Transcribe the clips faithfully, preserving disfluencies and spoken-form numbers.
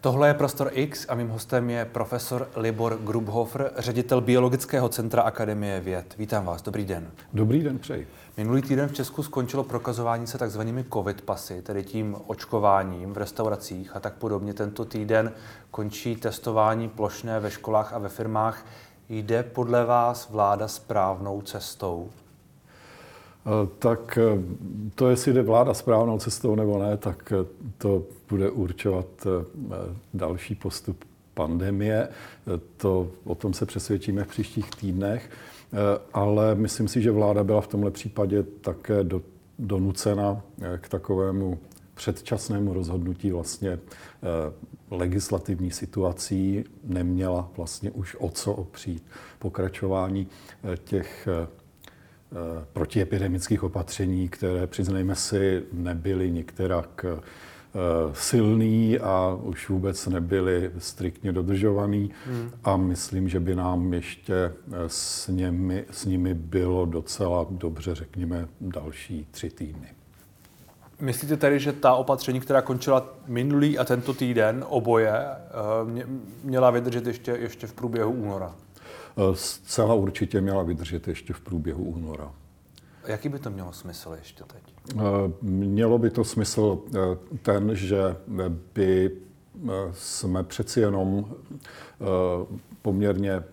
Tohle je Prostor X a mým hostem je profesor Libor Grubhofer, ředitel Biologického centra Akademie věd. Vítám vás, dobrý den. Dobrý den, přeji. Minulý týden v Česku skončilo prokazování se takzvanými covid pasy, tedy tím očkováním v restauracích a tak podobně. Tento týden končí testování plošné ve školách a ve firmách. Jde podle vás vláda správnou cestou? Tak to, jestli jde vláda správnou cestou nebo ne, tak to bude určovat další postup pandemie. To, o tom se přesvědčíme v příštích týdnech, ale myslím si, že vláda byla v tomhle případě také do, donucena k takovému předčasnému rozhodnutí. Vlastně legislativní situací neměla vlastně už o co opřít. Pokračování těch protiepidemických opatření, které, přiznejme si, nebyly některak silný a už vůbec nebyly striktně dodržovaný. Hmm. A myslím, že by nám ještě s nimi, s nimi bylo docela dobře, řekněme, další tři týdny. Myslíte tedy, že ta opatření, která končila minulý a tento týden, oboje, měla vydržet ještě, ještě v průběhu února? Zcela určitě měla vydržet ještě v průběhu února. Jaký by to mělo smysl ještě teď? Mělo by to smysl ten, že by jsme přeci jenom poměrně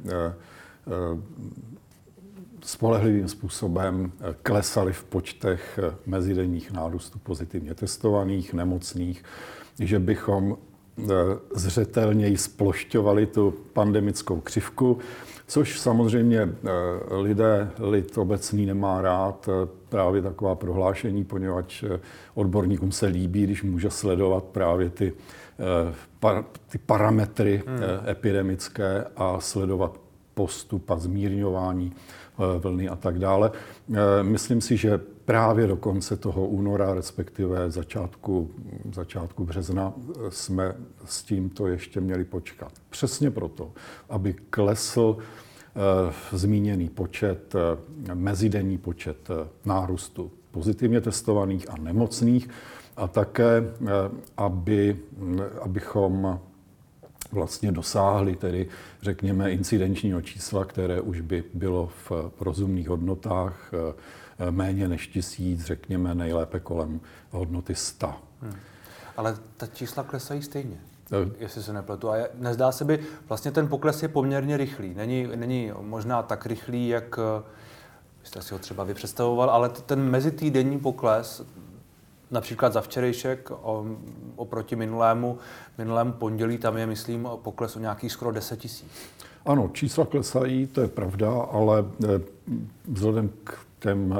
spolehlivým způsobem klesali v počtech mezidenních nárůstů pozitivně testovaných, nemocných, že bychom zřetelněji splošťovali tu pandemickou křivku, což samozřejmě lidé, lid obecný nemá rád, právě taková prohlášení, poněvadž odborníkům se líbí, když může sledovat právě ty, ty parametry hmm. epidemické a sledovat postup a zmírňování vlny a tak dále. Myslím si, že právě do konce toho února, respektive začátku, začátku března, jsme s tímto ještě měli počkat. Přesně proto, aby klesl zmíněný počet, mezidenní počet nárůstu pozitivně testovaných a nemocných a také, aby, abychom vlastně dosáhli tedy, řekněme, incidenčního čísla, které už by bylo v rozumných hodnotách méně než tisíc, řekněme, nejlépe kolem hodnoty sta. Hmm. Ale ta čísla klesají stejně, jestli se nepletu. A nezdá se by, vlastně ten pokles je poměrně rychlý. Není, není možná tak rychlý, jak jste si ho třeba vy představoval, ale ten mezitýdenní pokles, například za včerejšek oproti minulému, minulému pondělí, tam je, myslím, pokles o nějakých skoro deset tisíc. Ano, čísla klesají, to je pravda, ale vzhledem k těm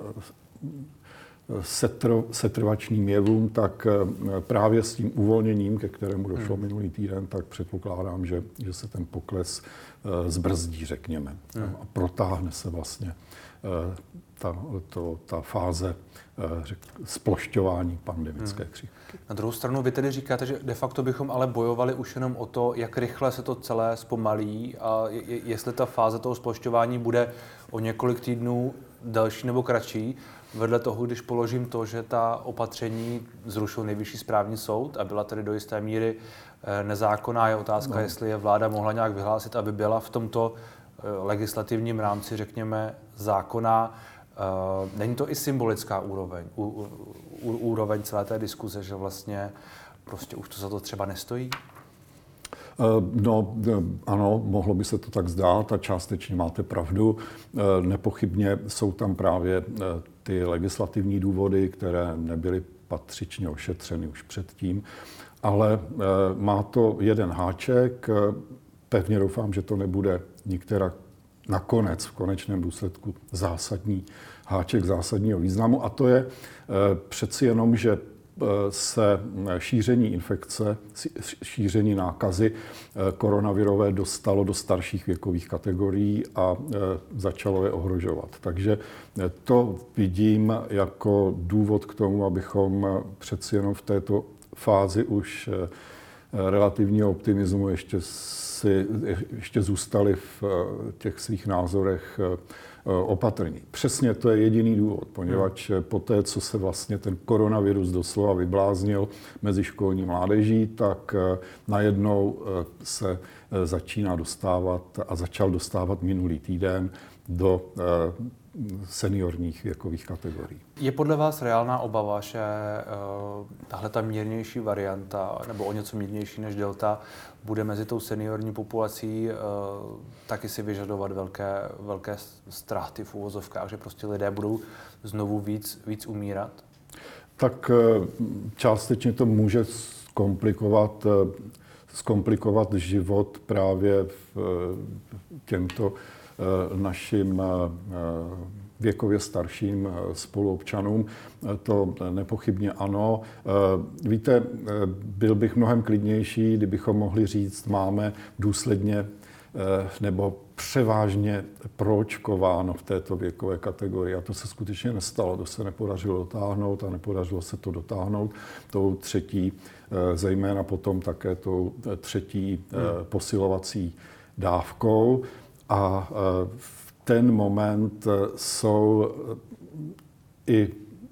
setr, setrvačním jevům, tak právě s tím uvolněním, ke kterému došlo hmm. minulý týden, tak předpokládám, že, že se ten pokles zbrzdí, řekněme. Hmm. A protáhne se vlastně ta, to, ta fáze řek, splošťování pandemické hmm. křivky. Na druhou stranu vy tedy říkáte, že de facto bychom ale bojovali už jenom o to, jak rychle se to celé zpomalí a je, jestli ta fáze toho splošťování bude o několik týdnů delší nebo kratší. Vedle toho, když položím to, že ta opatření zrušil Nejvyšší správní soud a byla tedy do jisté míry nezákonná, je otázka, no. jestli je vláda mohla nějak vyhlásit, aby byla v tomto legislativním rámci, řekněme, zákona. Není to i symbolická úroveň, ú, ú, úroveň celé té diskuze, že vlastně prostě už to za to třeba nestojí? No, ano, mohlo by se to tak zdát a částečně máte pravdu. Nepochybně jsou tam právě ty legislativní důvody, které nebyly patřičně ošetřeny už předtím, ale má to jeden háček. Pevně doufám, že to nebude některá nakonec v konečném důsledku zásadní háček zásadního významu, a to je přeci jenom, že se šíření infekce, šíření nákazy koronavirové dostalo do starších věkových kategorií a začalo je ohrožovat. Takže to vidím jako důvod k tomu, abychom přeci jenom v této fázi už relativního optimismu ještě, si, ještě zůstali v těch svých názorech opatrní. Přesně to je jediný důvod, poněvadž po té, co se vlastně ten koronavirus doslova vybláznil mezi školní mládeží, tak najednou se začíná dostávat a začal dostávat minulý týden do seniorních věkových kategorií. Je podle vás reálná obava, že uh, tahle ta mírnější varianta, nebo o něco mírnější než delta, bude mezi tou seniorní populací uh, taky si vyžadovat velké, velké ztráty v uvozovkách, že prostě lidé budou znovu víc, víc umírat? Tak částečně to může zkomplikovat, zkomplikovat život právě v těmto našim věkově starším spoluobčanům. To nepochybně ano. Víte, byl bych mnohem klidnější, kdybychom mohli říct, máme důsledně nebo převážně proočkováno v této věkové kategorii. A to se skutečně nestalo, to se nepodařilo dotáhnout a nepodařilo se to dotáhnout tou třetí, zejména potom také tou třetí hmm. posilovací dávkou. A v ten moment jsou i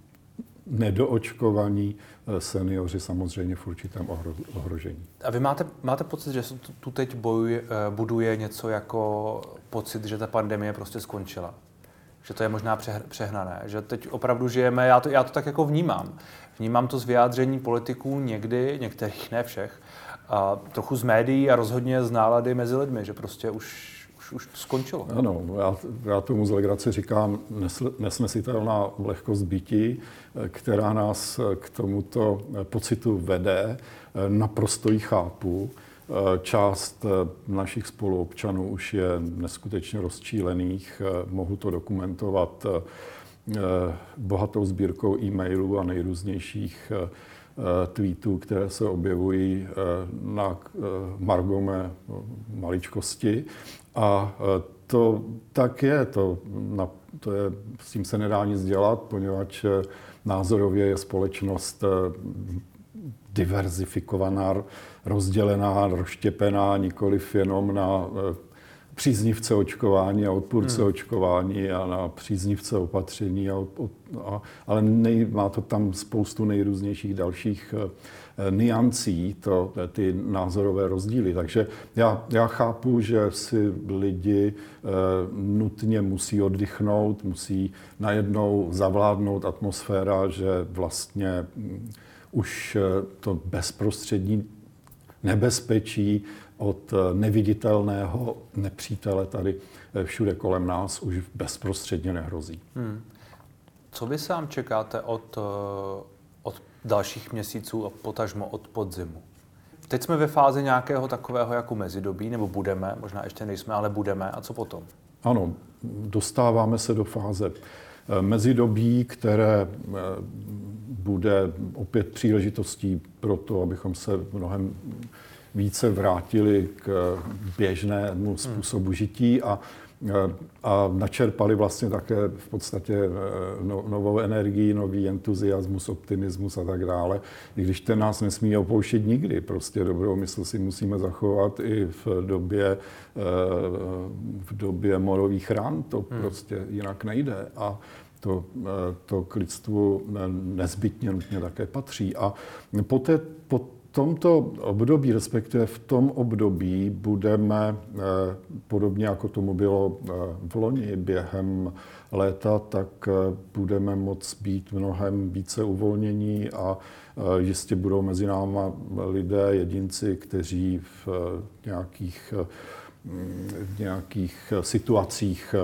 nedoočkovaní seniori samozřejmě v určitém ohrožení. A vy máte, máte pocit, že se tu teď bojuje, buduje něco jako pocit, že ta pandemie prostě skončila? Že to je možná přehnané? Že teď opravdu žijeme, já to, já to tak jako vnímám. Vnímám to z vyjádření politiků někdy, některých, ne všech, a trochu z médií a rozhodně z nálady mezi lidmi, že prostě už Už, už to skončilo. Ano, já, já tomu z legrace říkám nesnesitelná lehkost bytí, která nás k tomuto pocitu vede. Naprosto ji chápu. Část našich spoluobčanů už je neskutečně rozčílených. Mohu to dokumentovat bohatou sbírkou e-mailů a nejrůznějších tweetů, které se objevují na margo mé maličkosti. A to tak je, to, na, to je, s tím se nedá nic dělat, poněvadž názorově je společnost diverzifikovaná, rozdělená, rozštěpená, nikoliv jenom na příznivce očkování a odpůrce hmm. očkování a na příznivce opatření, a, a, ale nej, má to tam spoustu nejrůznějších dalších niancí, to, ty názorové rozdíly. Takže já, já chápu, že si lidi e, nutně musí oddychnout, musí najednou zavládnout atmosféra, že vlastně m, už to bezprostřední nebezpečí od neviditelného nepřítele tady všude kolem nás už bezprostředně nehrozí. Hmm. Co vy sám čekáte od, od dalších měsíců a potažmo od podzimu? Teď jsme ve fázi nějakého takového jako mezidobí, nebo budeme, možná ještě nejsme, ale budeme. A co potom? Ano, dostáváme se do fáze mezidobí, které bude opět příležitostí pro to, abychom se mnohem více vrátili k běžnému způsobu žití a, a načerpali vlastně také v podstatě no, novou energii, nový entuziasmus, optimismus a tak dále. I když ten nás nesmí opouštět nikdy. Prostě dobrou mysl si musíme zachovat i v době, v době morových ran. To hmm. prostě jinak nejde. A to, to k lidstvu nezbytně nutně také patří. A poté, po V tomto období, respektive v tom období, budeme, podobně jako tomu bylo v loni během léta, tak budeme moct být mnohem více uvolnění a jistě budou mezi náma lidé, jedinci, kteří v nějakých, v nějakých situacích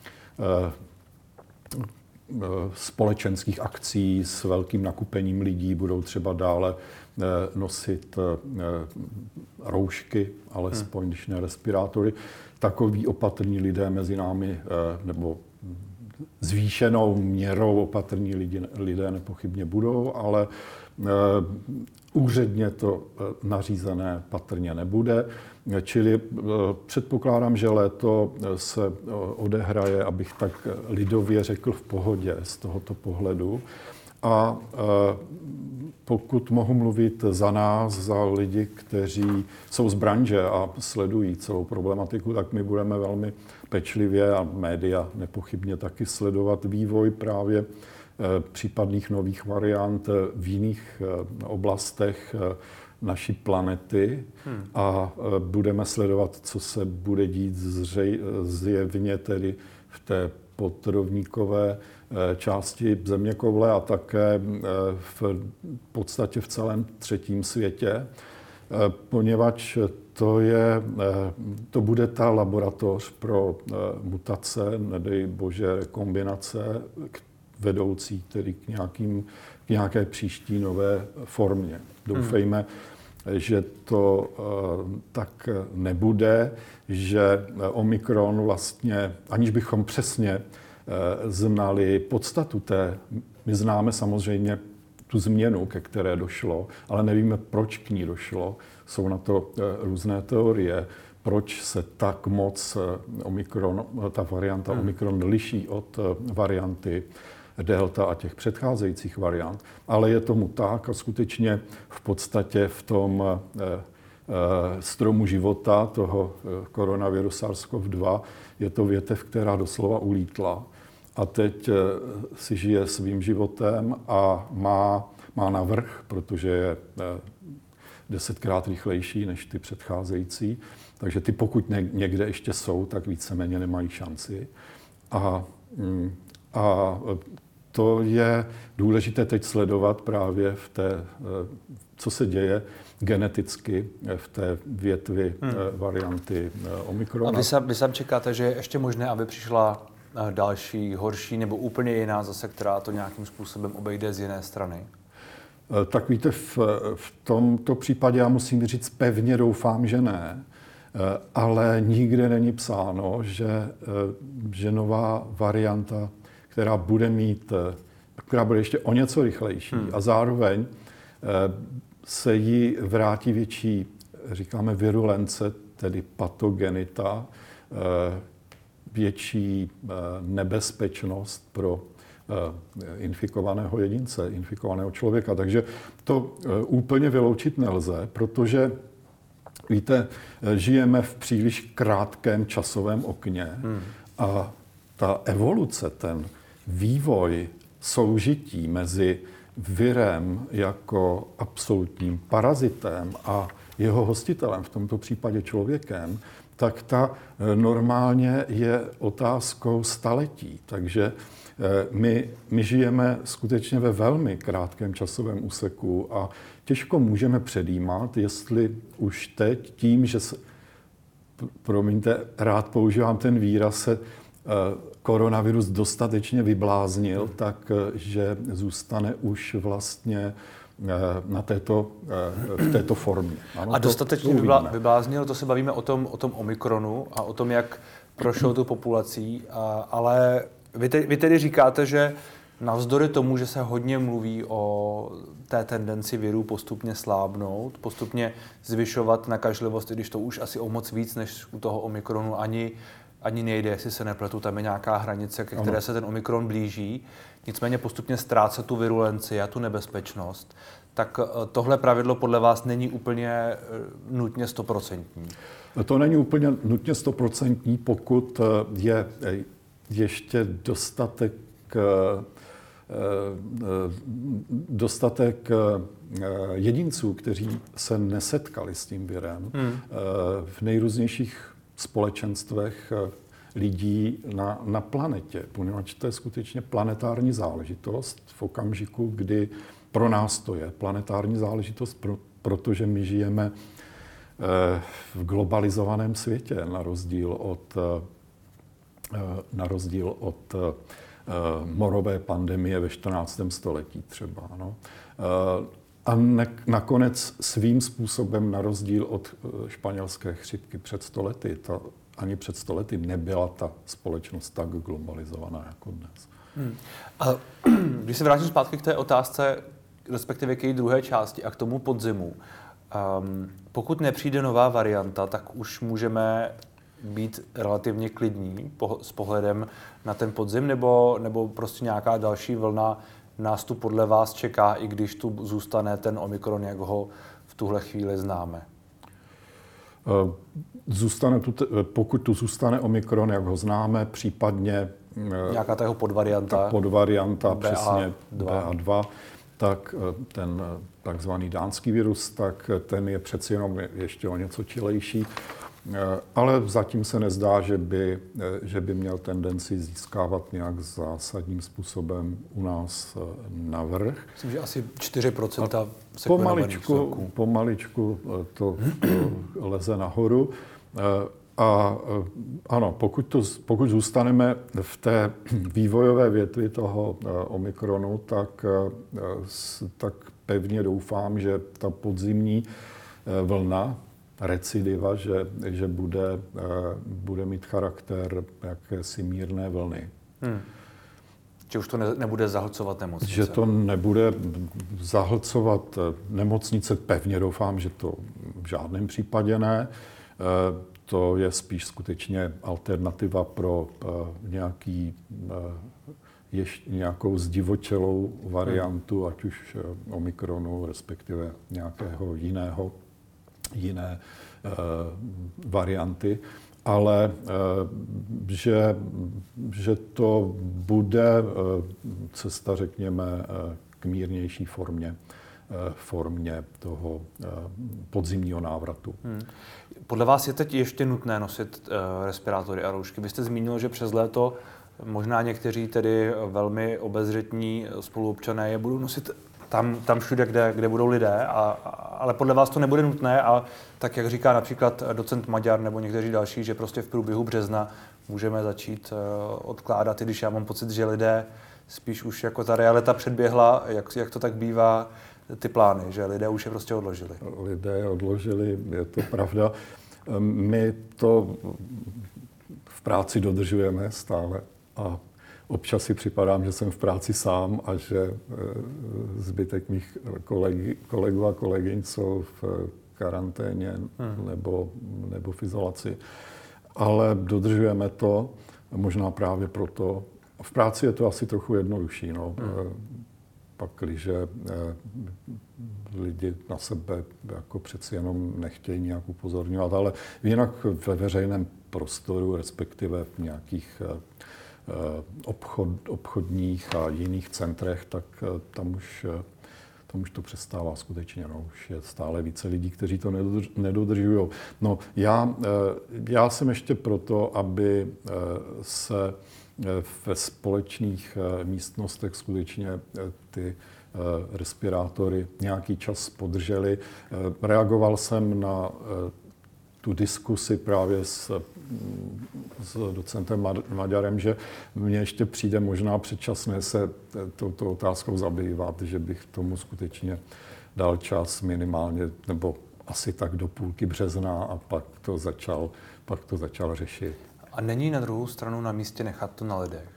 společenských akcí s velkým nakupením lidí budou třeba dále nosit roušky, alespoň když ne respirátory. Takoví opatrní lidé mezi námi, nebo zvýšenou měrou opatrní lidi, lidé nepochybně budou, ale úředně to nařízené patrně nebude. Čili předpokládám, že léto se odehraje, abych tak lidově řekl, v pohodě z tohoto pohledu. A pokud mohu mluvit za nás, za lidi, kteří jsou z branže a sledují celou problematiku, tak my budeme velmi pečlivě a média nepochybně taky sledovat vývoj právě případných nových variant v jiných oblastech naší planety hmm. a budeme sledovat, co se bude dít zřej, zjevně tedy v té podrovníkové části zeměkoule a také v podstatě v celém třetím světě, poněvadž to, je, to bude ta laboratoř pro mutace, nedej bože kombinace, vedoucí tedy k, nějakým, k nějaké příští nové formě. Doufejme, hmm. že to uh, tak nebude, že Omikron vlastně, aniž bychom přesně uh, znali podstatu té, my známe samozřejmě tu změnu, ke které došlo, ale nevíme, proč k ní došlo. Jsou na to uh, různé teorie, proč se tak moc uh, Omikron, ta varianta hmm. Omikron liší od uh, varianty delta a těch předcházejících variant. Ale je tomu tak a skutečně v podstatě v tom e, e, stromu života toho koronaviru SARS-CoV dva je to větev, která doslova ulítla. A teď e, si žije svým životem a má, má navrch, protože je e, desetkrát rychlejší než ty předcházející. Takže ty, pokud ne, někde ještě jsou, tak víceméně nemají šanci. A, a to je důležité teď sledovat právě v té, co se děje geneticky v té větvi hmm. varianty Omikrona. A vy sám, vy sám čekáte, že je ještě možné, aby přišla další, horší nebo úplně jiná zase, která to nějakým způsobem obejde z jiné strany? Tak víte, v, v tomto případě já musím říct, pevně doufám, že ne. Ale nikde není psáno, že, že nová varianta, která bude mít, která bude ještě o něco rychlejší hmm. a zároveň se jí vrátí větší, říkáme, virulence, tedy patogenita, větší nebezpečnost pro infikovaného jedince, infikovaného člověka. Takže to úplně vyloučit nelze, protože víte, žijeme v příliš krátkém časovém okně hmm. a ta evoluce, ten vývoj soužití mezi virem jako absolutním parazitem a jeho hostitelem, v tomto případě člověkem, tak ta normálně je otázkou staletí. Takže my, my žijeme skutečně ve velmi krátkém časovém úseku a těžko můžeme předjímat, jestli už teď tím, že se, promiňte, rád používám ten výraz, se koronavirus dostatečně vybláznil, tak že zůstane už vlastně na této, v této formě. Ano, a dostatečně to, to vybláznil, to se bavíme o tom, o tom Omikronu a o tom, jak prošel tu populací, a, ale vy, te, vy tedy říkáte, že navzdory tomu, že se hodně mluví o té tendenci virů postupně slábnout, postupně zvyšovat nakažlivost, i když to už asi o moc víc než u toho Omikronu ani ani nejde, jestli se nepletu, tam je nějaká hranice, ke které se ten Omikron blíží, nicméně postupně ztrácí tu virulenci a tu nebezpečnost, tak tohle pravidlo podle vás není úplně nutně stoprocentní? To není úplně nutně stoprocentní, pokud je ještě dostatek, dostatek jedinců, kteří se nesetkali s tím virem hmm. v nejrůznějších společenstvech lidí na, na planetě, poněvadž to je skutečně planetární záležitost v okamžiku, kdy pro nás to je planetární záležitost, pro, protože my žijeme eh, v globalizovaném světě, na rozdíl od, eh, na rozdíl od eh, morové pandemie ve čtrnáctém století třeba. No. Eh, A ne, nakonec svým způsobem, na rozdíl od španělské chřipky před sto lety, ta, ani před sto lety nebyla ta společnost tak globalizovaná jako dnes. Hmm. A když se vrátím zpátky k té otázce, respektive k její druhé části a k tomu podzimu, um, pokud nepřijde nová varianta, tak už můžeme být relativně klidní po, s pohledem na ten podzim, nebo, nebo prostě nějaká další vlna nás tu podle vás čeká, i když tu zůstane ten Omikron, jak ho v tuhle chvíli známe? Zůstane tu, pokud tu zůstane Omikron, jak ho známe, případně nějaká ta jeho podvarianta, podvarianta B A dva. přesně B A dva, tak ten takzvaný dánský virus, tak ten je přeci jenom ještě o něco čilejší. Ale zatím se nezdá, že by, že by měl tendenci získávat nějak zásadním způsobem u nás navrch. Myslím, že asi čtyři procenta pomaličku, pomaličku to, to leze nahoru. A ano, pokud, to, pokud zůstaneme v té vývojové větvi toho Omikronu, tak, tak pevně doufám, že ta podzimní vlna, recidiva, že, že bude, bude mít charakter jakési mírné vlny. Hmm. Že už to ne, nebude zahlcovat nemocnice. Že to nebude zahlcovat nemocnice, pevně doufám, že to v žádném případě ne. To je spíš skutečně alternativa pro nějaký, ještě nějakou zdivočelou variantu, hmm. ať už Omikronu, respektive nějakého jiného jiné uh, varianty, ale uh, že, že to bude uh, cesta, řekněme, uh, k mírnější formě, uh, formě toho uh, podzimního návratu. Hmm. Podle vás je teď ještě nutné nosit uh, respirátory a roušky? Vy jste zmínil, že přes léto možná někteří tedy velmi obezřetní spoluobčané je budou nosit Tam, tam všude, kde, kde budou lidé, a, ale podle vás to nebude nutné a tak, jak říká například docent Maďar nebo někteří další, že prostě v průběhu března můžeme začít uh, odkládat, i když já mám pocit, že lidé spíš už jako ta realita předběhla, jak, jak to tak bývá, ty plány, že lidé už je prostě odložili. Lidé je odložili, je to pravda. My to v práci dodržujeme stále a občas si připadám, že jsem v práci sám a že zbytek mých kolegy, kolegů a kolegyň jsou v karanténě hmm. nebo, nebo v izolaci. Ale dodržujeme to, možná právě proto. V práci je to asi trochu jednodušší. No. Hmm. Pak, když lidi na sebe jako přeci jenom nechtějí nějak upozorňovat, ale jinak ve veřejném prostoru, respektive v nějakých Obchod, obchodních a jiných centrech, tak tam už, tam už to přestává skutečně. No. Už je stále více lidí, kteří to nedodržují. No, já, já jsem ještě proto, aby se ve společných místnostech skutečně ty respirátory nějaký čas podržely. Reagoval jsem na tu diskusi právě s, s docentem Maďarem, že mně ještě přijde možná předčasné se touto otázkou zabývat, že bych tomu skutečně dal čas minimálně, nebo asi tak do půlky března a pak to začal, pak to začal řešit. A není na druhou stranu na místě nechat to na lidech?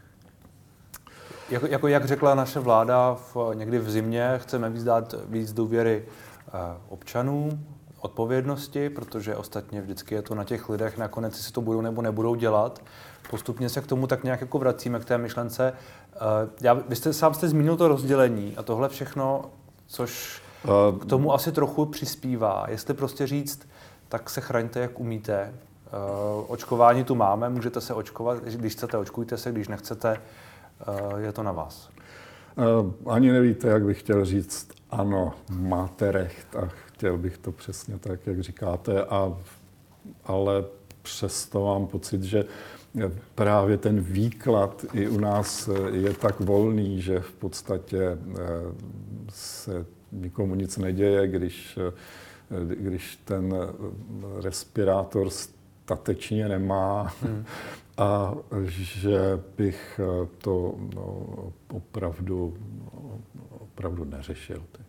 Jako, jako jak řekla naše vláda v, někdy v zimě, chceme víc dát víc důvěry eh, občanům, odpovědnosti, protože ostatně vždycky je to na těch lidech, nakonec si to budou nebo nebudou dělat. Postupně se k tomu tak nějak jako vracíme, k té myšlence. Já, vy jste, sám jste zmínil to rozdělení a tohle všechno, což k tomu asi trochu přispívá. Jestli prostě říct, tak se chraňte, jak umíte. Očkování tu máme, můžete se očkovat, když chcete, očkujte se, když nechcete, je to na vás. Ani nevíte, jak bych chtěl říct, ano, máte recht a chtěl bych to přesně tak, jak říkáte, a, ale přesto mám pocit, že právě ten výklad i u nás je tak volný, že v podstatě se nikomu nic neděje, když, když ten respirátor statečně nemá. Hmm. A že bych to no, opravdu, opravdu neřešil teď.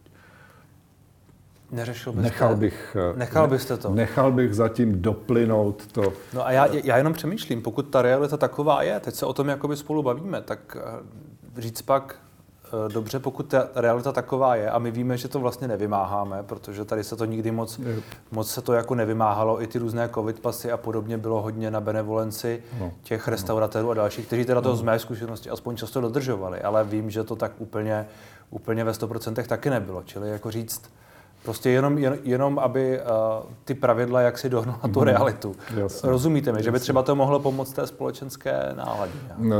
Neřešil byste? Nechal bych, nechal byste to? Nechal bych zatím doplynout to. No a já, já jenom přemýšlím, pokud ta realita taková je, teď se o tom jakoby spolu bavíme, tak říct pak, dobře, pokud ta realita taková je, a my víme, že to vlastně nevymáháme, protože tady se to nikdy moc, moc se to jako nevymáhalo, i ty různé covid pasy a podobně bylo hodně na benevolenci no, těch restauratérů no. a dalších, kteří teda to z mé zkušenosti aspoň často dodržovali, ale vím, že to tak úplně, úplně ve sto procent taky nebylo, čili jako říct, prostě jenom, jen, jenom aby uh, ty pravidla jaksi dohnula tu realitu. Jasně. Rozumíte mi, jasně. že by třeba to mohlo pomoct té společenské náladě?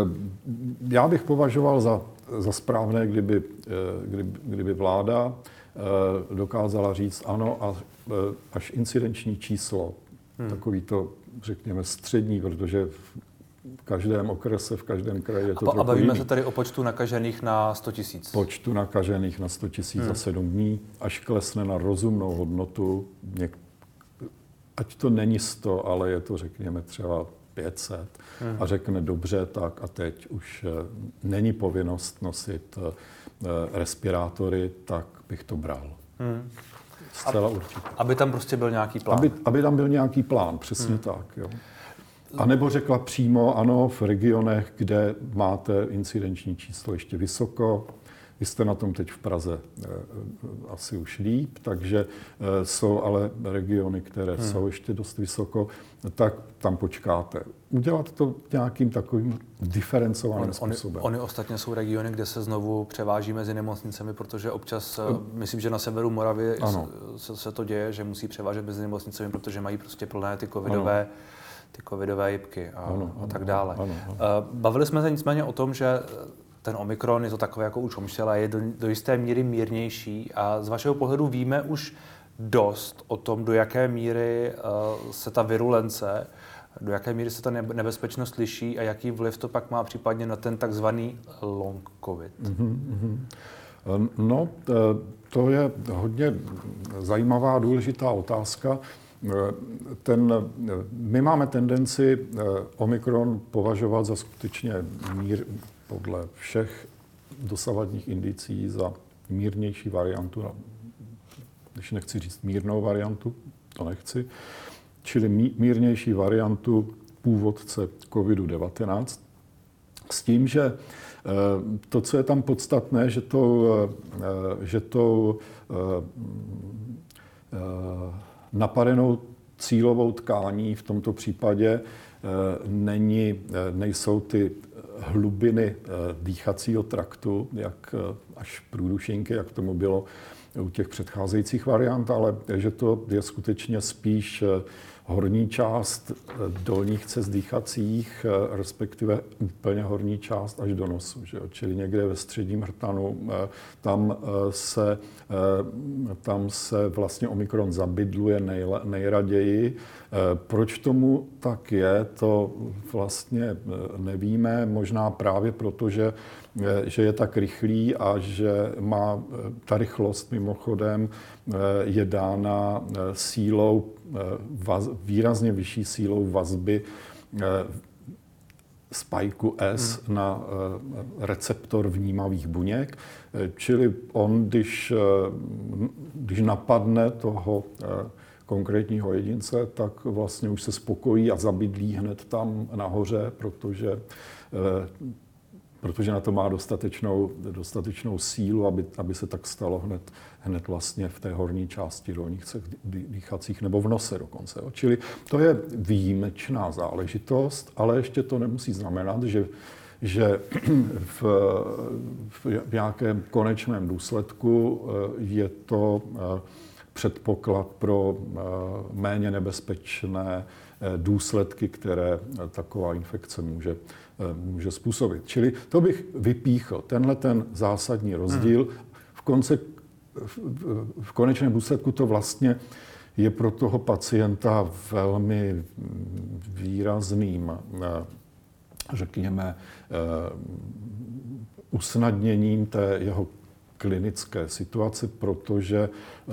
Já bych považoval za, za správné, kdyby, kdyby, kdyby vláda dokázala říct ano, a až incidenční číslo, hmm. takový to, řekněme, střední, protože v každém okrese, v každém kraji je to trochu A bavíme jiný. se tady o počtu nakažených na sto tisíc. Počtu nakažených na sto tisíc hmm. za sedm dní, až klesne na rozumnou hodnotu, něk... ať to není sto, ale je to, řekněme, třeba pět set. Hmm. A řekne dobře, tak a teď už není povinnost nosit respirátory, a bych to bral. Hmm. Zcela určitě. Aby tam prostě byl nějaký plán. Aby, aby tam byl nějaký plán, přesně hmm. tak, jo. A nebo řekla přímo, ano, v regionech, kde máte incidenční číslo ještě vysoko, vy jste na tom teď v Praze e, asi už líp, takže e, jsou ale regiony, které hmm. jsou ještě dost vysoko, tak tam počkáte. Udělat to nějakým takovým diferencovaným on, způsobem. Ony ostatně jsou regiony, kde se znovu převáží mezi nemocnicemi, protože občas, uh, myslím, že na severu Moravy se, se to děje, že musí převážet mezi nemocnicemi, protože mají prostě plné ty covidové, ty covidové jipky a, ano, a tak dále. Ano, ano. Bavili jsme se nicméně o tom, že ten Omikron je to takové jako už omštěl a je do, do jisté míry mírnější. A z vašeho pohledu víme už dost o tom, do jaké míry uh, se ta virulence, do jaké míry se ta nebezpečnost liší a jaký vliv to pak má případně na ten takzvaný long covid. Mm-hmm. No, to je hodně zajímavá, důležitá otázka. Ten, my máme tendenci Omikron považovat za skutečně mír, podle všech dosavadních indicí za mírnější variantu, když nechci říct mírnou variantu, to nechci, čili mírnější variantu původce covidu devatenáct, s tím, že to, co je tam podstatné, že to, že to napadenou cílovou tkání v tomto případě není, nejsou ty hlubiny dýchacího traktu, jak až průdušinky, jak tomu bylo u těch předcházejících variant, ale že to je skutečně spíš horní část dolních cest dýchacích, respektive úplně horní část až do nosu. Že jo? Čili někde ve středním hrtanu, tam se, tam se vlastně Omikron zabydluje nejle, nejraději. Proč tomu tak je, to vlastně nevíme. Možná právě proto, že, že je tak rychlý a že má ta rychlost mimochodem je dána sílou, vaz, výrazně vyšší sílou vazby spajku S hmm. na receptor vnímavých buněk. Čili on, když, když napadne toho konkrétního jedince, tak vlastně už se spokojí a zabydlí hned tam nahoře, protože, protože na to má dostatečnou, dostatečnou sílu, aby, aby se tak stalo hned, hned vlastně v té horní části dolních cest dýchacích nebo v nose dokonce. Čili to je výjimečná záležitost, ale ještě to nemusí znamenat, že že v, v nějakém konečném důsledku je to předpoklad pro méně nebezpečné důsledky, které taková infekce může, může způsobit. Čili to bych vypíchl, tenhle ten zásadní rozdíl. V, konce, v, v konečném důsledku to vlastně je pro toho pacienta velmi výrazným, řekněme, usnadněním té jeho klinické situace, protože,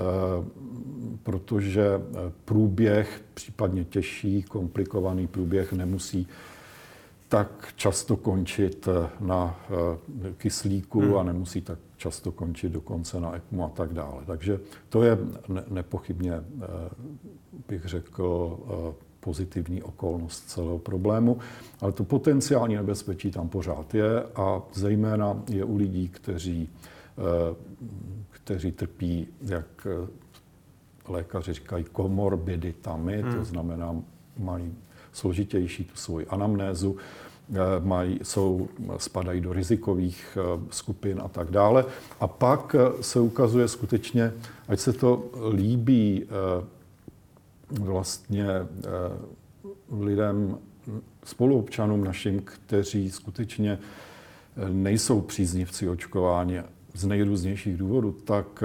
protože průběh, případně těžší, komplikovaný průběh nemusí tak často končit na kyslíku hmm. a nemusí tak často končit dokonce na ECMO a tak dále. Takže to je nepochybně, bych řekl, pozitivní okolnost celého problému. Ale to potenciální nebezpečí tam pořád je a zejména je u lidí, kteří, kteří trpí, jak lékaři říkají, komorbiditami, hmm. to znamená, mají složitější tu svoji anamnézu, mají, jsou, spadají do rizikových skupin a tak dále. A pak se ukazuje skutečně, ať se to líbí vlastně lidem, spoluobčanům našim, kteří skutečně nejsou příznivci očkování z nejrůznějších důvodů, tak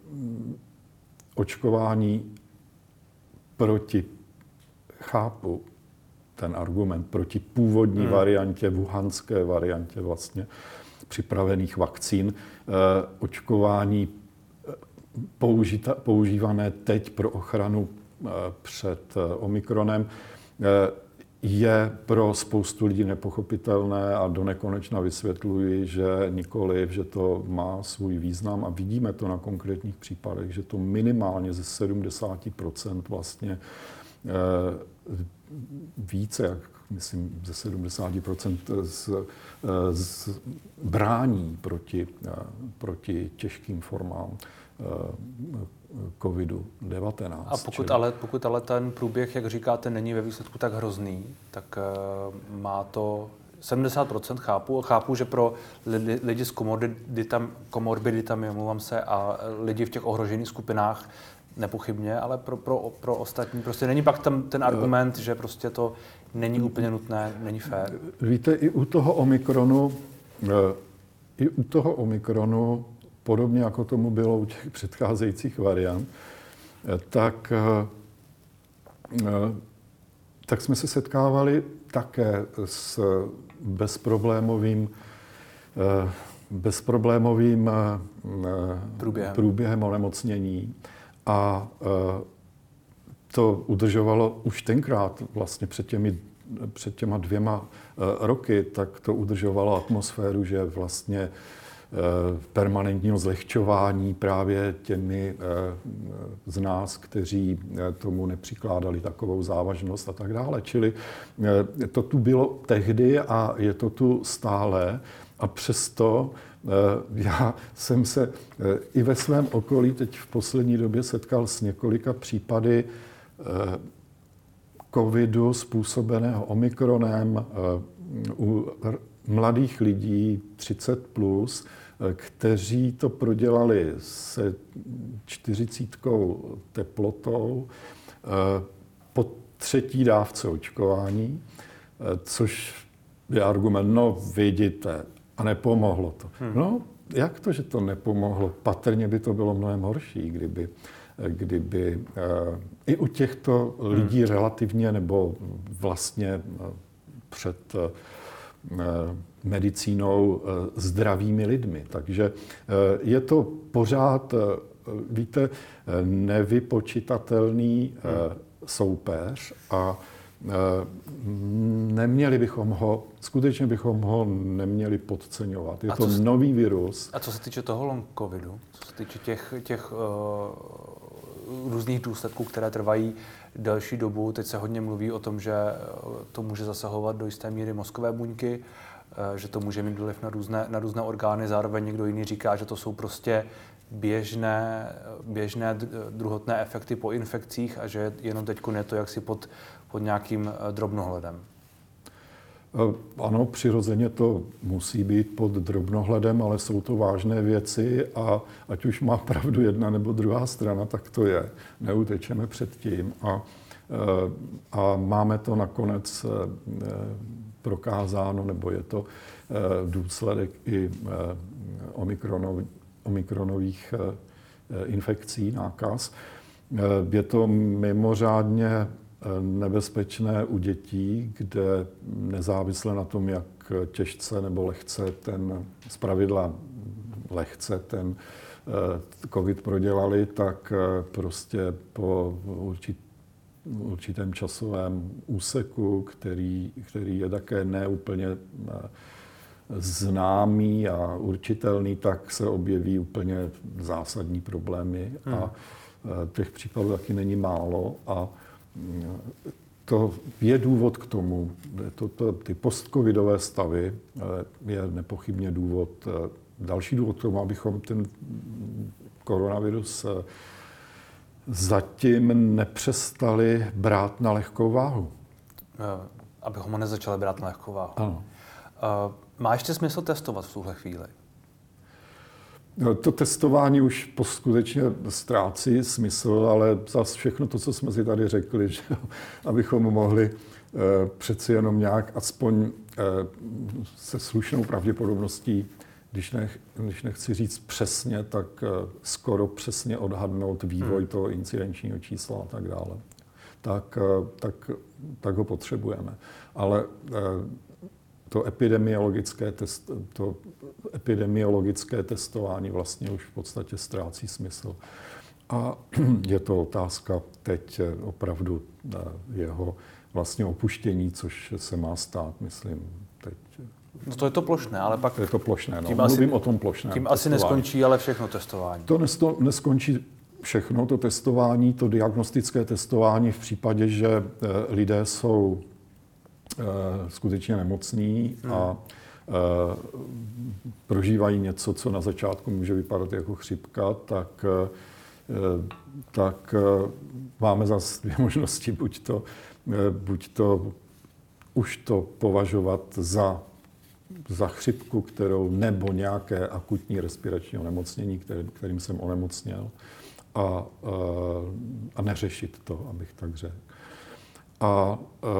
očkování proti, chápu ten argument, proti původní hmm. variantě, wuhanské variantě vlastně připravených vakcín, očkování použita, používané teď pro ochranu před omikronem, je pro spoustu lidí nepochopitelné a donekonečna vysvětluji, že nikoliv, že to má svůj význam a vidíme to na konkrétních případech, že to minimálně ze sedmdesát procent vlastně více, jak myslím, ze sedmdesát procent z, z brání proti, proti těžkým formám kovidu devatenáct. A pokud, čili... ale, pokud ale ten průběh, jak říkáte, není ve výsledku tak hrozný, tak uh, má to sedmdesát procent chápu. Chápu, že pro lidi, lidi s komorbiditami, komorbiditami, omlouvám se, a lidi v těch ohrožených skupinách nepochybně, ale pro, pro, pro ostatní prostě není pak tam ten argument, že prostě to není úplně nutné, není fér. Víte, i u toho Omikronu, i u toho Omikronu, podobně jako tomu bylo u těch předcházejících variant, tak, tak jsme se setkávali také s bezproblémovým, bezproblémovým průběhem. průběhem onemocnění. A to udržovalo už tenkrát, vlastně před, těmi, před těma dvěma roky, tak to udržovalo atmosféru, že vlastně permanentního zlehčování právě těmi z nás, kteří tomu nepřikládali takovou závažnost a tak dále. Čili to tu bylo tehdy a je to tu stále a přesto já jsem se i ve svém okolí teď v poslední době setkal s několika případy covidu způsobeného omikronem u mladých lidí třicet plus, kteří to prodělali se čtyřicítkou teplotou po třetí dávce očkování, což je argument, no vidíte, a nepomohlo to. Hmm. No, jak to, že to nepomohlo? Patrně by to bylo mnohem horší, kdyby, kdyby uh, i u těchto lidí hmm. relativně nebo vlastně uh, před uh, medicínou uh, zdravými lidmi. Takže uh, je to pořád, uh, víte, nevypočitatelný uh, hmm. soupeř a neměli bychom ho, skutečně bychom ho neměli podceňovat. Je to se, nový virus. A co se týče toho long covidu, co se týče těch, těch uh, různých důsledků, které trvají delší dobu, teď se hodně mluví o tom, že to může zasahovat do jisté míry mozkové buňky, uh, že to může mít vliv na různé, na různé orgány, zároveň někdo jiný říká, že to jsou prostě běžné, běžné druhotné efekty po infekcích a že jenom teď je to jaksi pod, pod nějakým drobnohledem. Ano, přirozeně to musí být pod drobnohledem, ale jsou to vážné věci a ať už má pravdu jedna nebo druhá strana, tak to je. Neutečeme před tím a, a máme to nakonec prokázáno, nebo je to důsledek i omikronový omikronových infekcí, nákaz. Je to mimořádně nebezpečné u dětí, kde nezávisle na tom, jak těžce nebo lehce ten, zpravidla lehce ten covid prodělali, tak prostě po určit, určitém časovém úseku, který, který je také neúplně známý a určitelný, tak se objeví úplně zásadní problémy hmm. a těch případů taky není málo a to je důvod k tomu. To, to, ty postcovidové stavy je nepochybně důvod, další důvod k tomu, abychom ten koronavirus zatím nepřestali brát na lehkou váhu. Abychom ho nezačali brát na lehkou váhu. Ano. Má ještě smysl testovat v tuhle chvíli? To testování už skutečně ztrácí smysl, ale zase všechno to, co jsme si tady řekli, že abychom mohli přeci jenom nějak aspoň se slušnou pravděpodobností, když, nech, když nechci říct přesně, tak skoro přesně odhadnout vývoj hmm. toho incidenčního čísla a tak dále, tak, tak, tak ho potřebujeme. Ale to epidemiologické, test, to epidemiologické testování vlastně už v podstatě ztrácí smysl. A je to otázka teď opravdu jeho vlastně opuštění, což se má stát, myslím, teď. No to je to plošné, ale pak... Je to plošné, no. Tím Mluvím asi, o tom plošném Tím testování. asi neskončí, ale všechno testování. To nesto, neskončí všechno, to testování, to diagnostické testování v případě, že lidé jsou skutečně nemocní a hmm. prožívají něco, co na začátku může vypadat jako chřipka, tak, tak máme zase dvě možnosti. Buď to, buď to už to považovat za, za chřipku, kterou nebo nějaké akutní respirační onemocnění, který, kterým jsem onemocněl, a, a neřešit to, abych tak řekl. A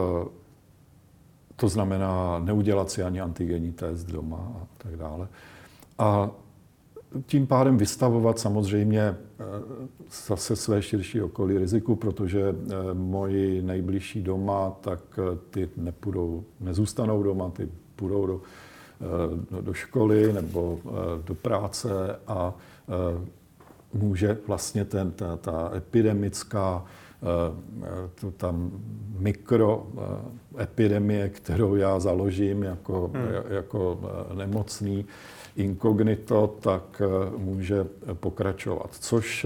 to znamená neudělat si ani antigenní test doma a tak dále. A tím pádem vystavovat samozřejmě zase své širší okolí riziku, protože moji nejbližší doma, tak ty nepůjdou, nezůstanou doma, ty půjdou do, do školy nebo do práce a může vlastně ten, ta, ta epidemická to tam mikroepidemie, kterou já založím jako, hmm. jako nemocný inkognito, tak může pokračovat. Což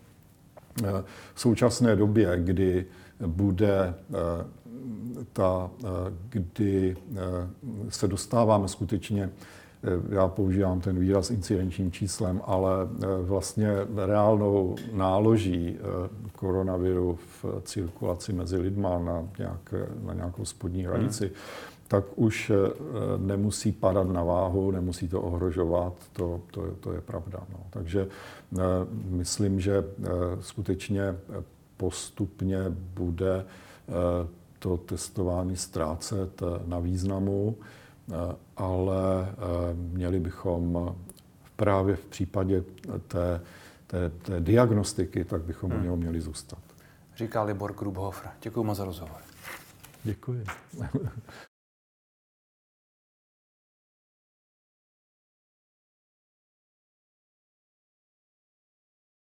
v současné době, kdy bude ta, kdy se dostáváme skutečně, já používám ten výraz incidenčním číslem, ale vlastně reálnou náloží koronaviru v cirkulaci mezi lidma na, nějak, na nějakou spodní hranici, hmm. tak už nemusí padat na váhu, nemusí to ohrožovat, to, to, to je pravda. No. Takže myslím, že skutečně postupně bude to testování ztrácet na významu, ale měli bychom právě v případě té, té, té diagnostiky, tak bychom hmm. u něho měli zůstat. Říká Libor Grubhofer. Děkuji moc za rozhovor. Děkuji.